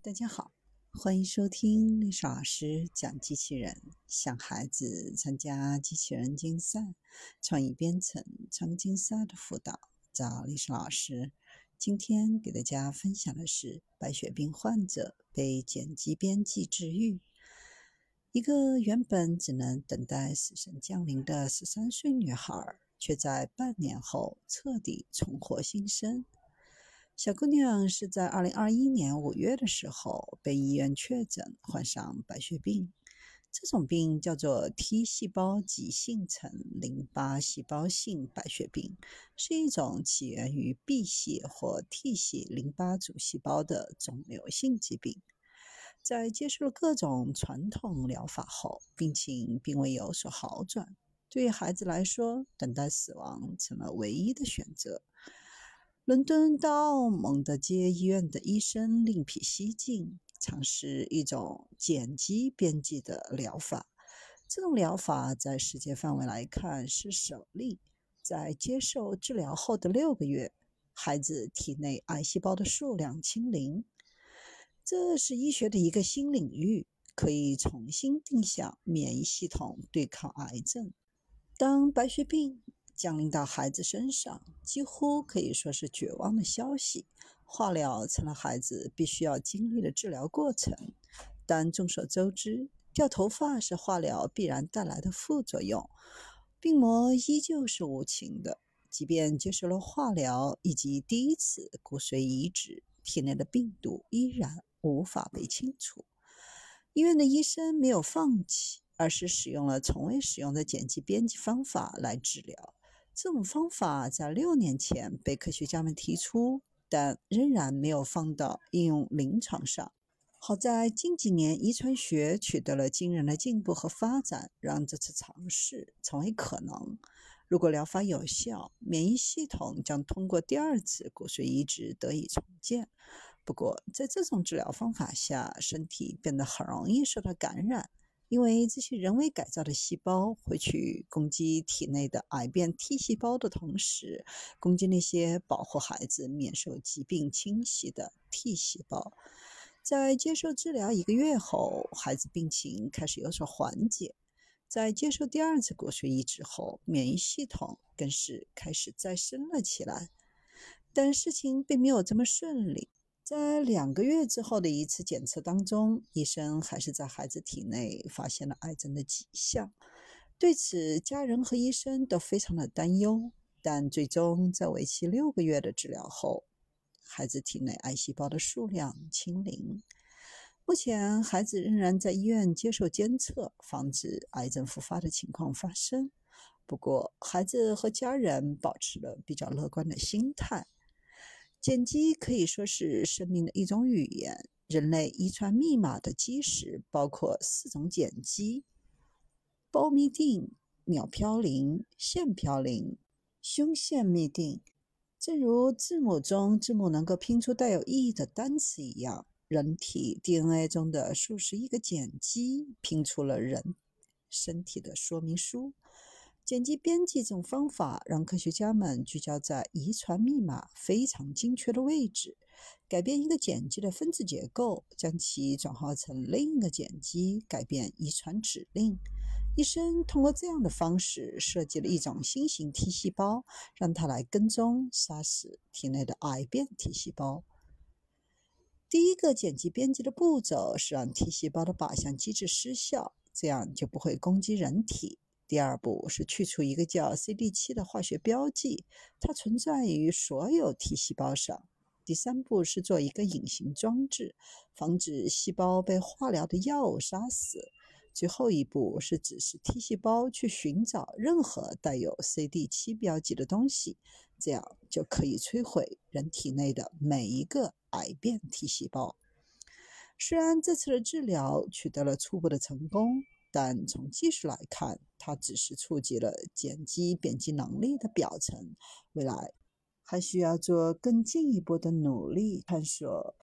大家好，欢迎收听历史老师讲机器人，想孩子参加机器人竞赛、创意编程、创竞赛的辅导，找历史老师。今天给大家分享的是白血病患者被碱基编辑治愈。一个原本只能等待死神降临的13岁女孩，却在半年后彻底重获新生。小姑娘是在2021年5月的时候被医院确诊患上白血病，这种病叫做 T 细胞急性层淋巴细胞性白血病，是一种起源于 B 系或 T 系淋巴主细胞的肿瘤性疾病。在接受了各种传统疗法后，病情并未有所好转，对于孩子来说，等待死亡成了唯一的选择。伦敦到澳蒙德街医院的医生另辟蹊径，尝试一种碱基编辑的疗法。这种疗法在世界范围来看是首例。在接受治疗后的6个月，孩子体内癌细胞的数量清零。这是医学的一个新领域，可以重新定向免疫系统对抗癌症。当白血病降临到孩子身上，几乎可以说是绝望的消息。化疗成了孩子必须要经历的治疗过程，但众所周知，掉头发是化疗必然带来的副作用。病魔依旧是无情的，即便接受了化疗以及第一次骨髓移植，体内的病毒依然无法被清除。医院的医生没有放弃，而是使用了从未使用的碱基编辑方法来治疗。这种方法在6年前被科学家们提出，但仍然没有放到应用临床上。好在近几年遗传学取得了惊人的进步和发展，让这次尝试成为可能。如果疗法有效，免疫系统将通过第2次骨髓移植得以重建。不过，在这种治疗方法下，身体变得很容易受到感染，因为这些人为改造的细胞会去攻击体内的癌变 T 细胞的同时，攻击那些保护孩子免受疾病侵袭的 T 细胞。在接受治疗1个月后，孩子病情开始有所缓解。在接受第2次骨髓移植后，免疫系统更是开始再生了起来。但事情并没有这么顺利。在2个月之后的一次检测当中，医生还是在孩子体内发现了癌症的迹象。对此，家人和医生都非常的担忧，但最终在为期6个月的治疗后，孩子体内癌细胞的数量清零。目前，孩子仍然在医院接受监测，防止癌症复发的情况发生。不过，孩子和家人保持了比较乐观的心态。碱基可以说是生命的一种语言。人类遗传密码的基石包括4种碱基：胞嘧啶、鸟嘌呤、腺嘌呤、胸腺嘧啶。正如字母中字母能够拼出带有意义的单词一样，人体 DNA 中的数十亿个碱基拼出了人身体的说明书。碱基编辑这种方法让科学家们聚焦在遗传密码非常精确的位置，改变一个碱基的分子结构，将其转化成另一个碱基，改变遗传指令。医生通过这样的方式设计了一种新型 T 细胞，让它来跟踪杀死体内的癌变 T 细胞。第一个碱基编辑的步骤是让 T 细胞的靶向机制失效，这样就不会攻击人体。第2步是去除一个叫 CD7 的化学标记，它存在于所有 T 细胞上。第3步是做一个隐形装置，防止细胞被化疗的药物杀死。最后一步是指示 T 细胞去寻找任何带有 CD7 标记的东西，这样就可以摧毁人体内的每一个癌变 T 细胞。虽然这次的治疗取得了初步的成功，但从技术来看，它只是触及了碱基编辑能力的表层，未来还需要做更进一步的努力，探索